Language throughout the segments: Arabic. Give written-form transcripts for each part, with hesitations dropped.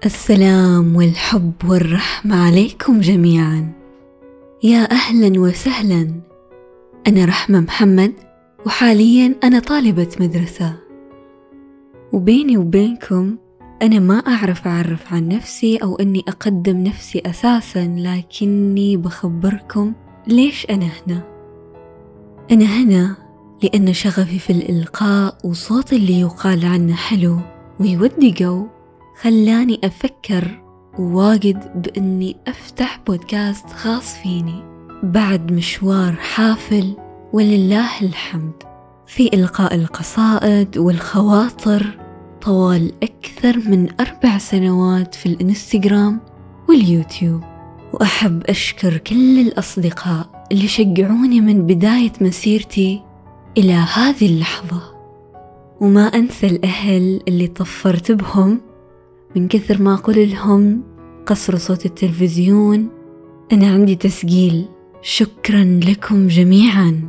السلام والحب والرحمة عليكم جميعا. يا أهلا وسهلا. أنا رحمة محمد، وحاليا أنا طالبة مدرسة. وبيني وبينكم أنا ما أعرف عن نفسي أو أني أقدم نفسي أساسا، لكني بخبركم ليش أنا هنا. أنا هنا لأن شغفي في الإلقاء وصوت اللي يقال عنه حلو ويودي جو خلاني أفكر وواجد بأني أفتح بودكاست خاص فيني بعد مشوار حافل ولله الحمد في إلقاء القصائد والخواطر طوال أكثر من 4 سنوات في الإنستغرام واليوتيوب. وأحب أشكر كل الأصدقاء اللي شجعوني من بداية مسيرتي إلى هذه اللحظة، وما أنسى الأهل اللي طفرت بهم من كثر ما أقول لهم قصر صوت التلفزيون، أنا عندي تسجيل. شكرا لكم جميعا.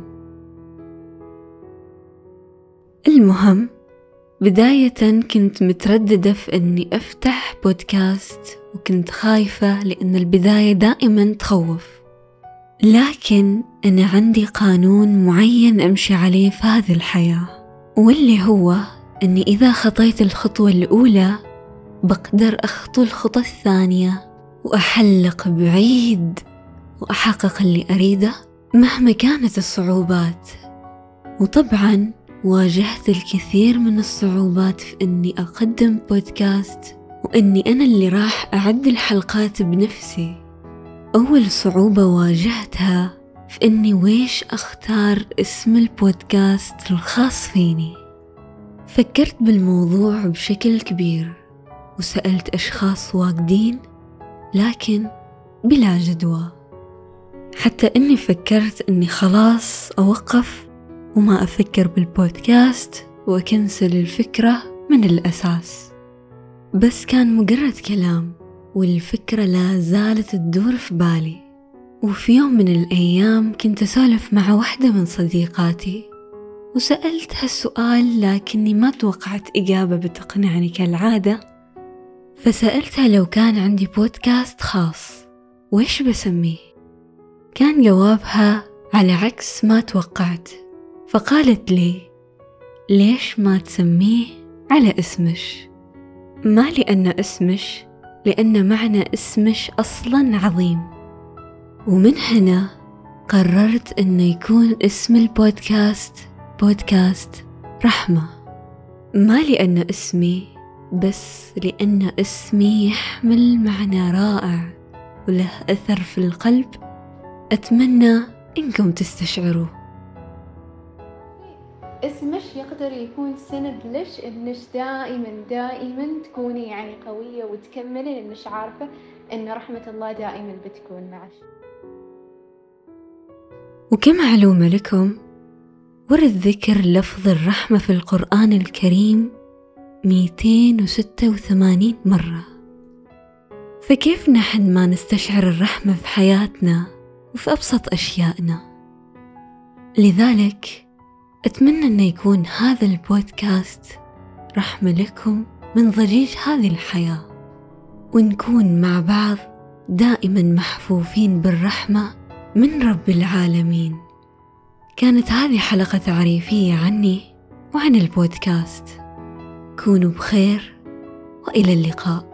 المهم، بداية كنت مترددة في أني أفتح بودكاست، وكنت خايفة لأن البداية دائما تخوف، لكن أنا عندي قانون معين أمشي عليه في هذه الحياة، واللي هو أني إذا خطيت الخطوة الأولى بقدر أخطو الخطوة الثانية وأحلق بعيد وأحقق اللي أريده مهما كانت الصعوبات. وطبعا واجهت الكثير من الصعوبات في أني أقدم بودكاست، وأني أنا اللي راح أعد الحلقات بنفسي. أول صعوبة واجهتها في أني ويش أختار اسم البودكاست الخاص فيني. فكرت بالموضوع بشكل كبير وسألت أشخاص واجدين، لكن بلا جدوى، حتى أني فكرت أني خلاص أوقف وما أفكر بالبودكاست وأكنسل الفكرة من الأساس. بس كان مجرد كلام، والفكرة لا زالت تدور في بالي. وفي يوم من الأيام كنت أسولف مع واحدة من صديقاتي وسألتها السؤال، لكني ما توقعت إجابة بتقنعني كالعادة. فسألتها لو كان عندي بودكاست خاص وإيش بسميه؟ كان جوابها على عكس ما توقعت، فقالت لي ليش ما تسميه على اسمش؟ ما لأن اسمش، لأن معنى اسمش أصلاً عظيم. ومن هنا قررت أنه يكون اسم البودكاست بودكاست رحمة، ما لأن اسمي، بس لأن اسمي يحمل معنى رائع وله أثر في القلب أتمنى إنكم تستشعروا. اسمش يقدر يكون سند لش إنش دائما تكوني يعني قوية وتكملي، إنش عارفة إن رحمة الله دائما بتكون معك. وكمعلومة لكم، ورد ذكر لفظ الرحمة في القرآن الكريم 286 مرة. فكيف نحن ما نستشعر الرحمة في حياتنا وفي أبسط أشيائنا؟ لذلك أتمنى أن يكون هذا البودكاست رحمة لكم من ضجيج هذه الحياة، ونكون مع بعض دائما محفوفين بالرحمة من رب العالمين. كانت هذه حلقة تعريفية عني وعن البودكاست. كونوا بخير وإلى اللقاء.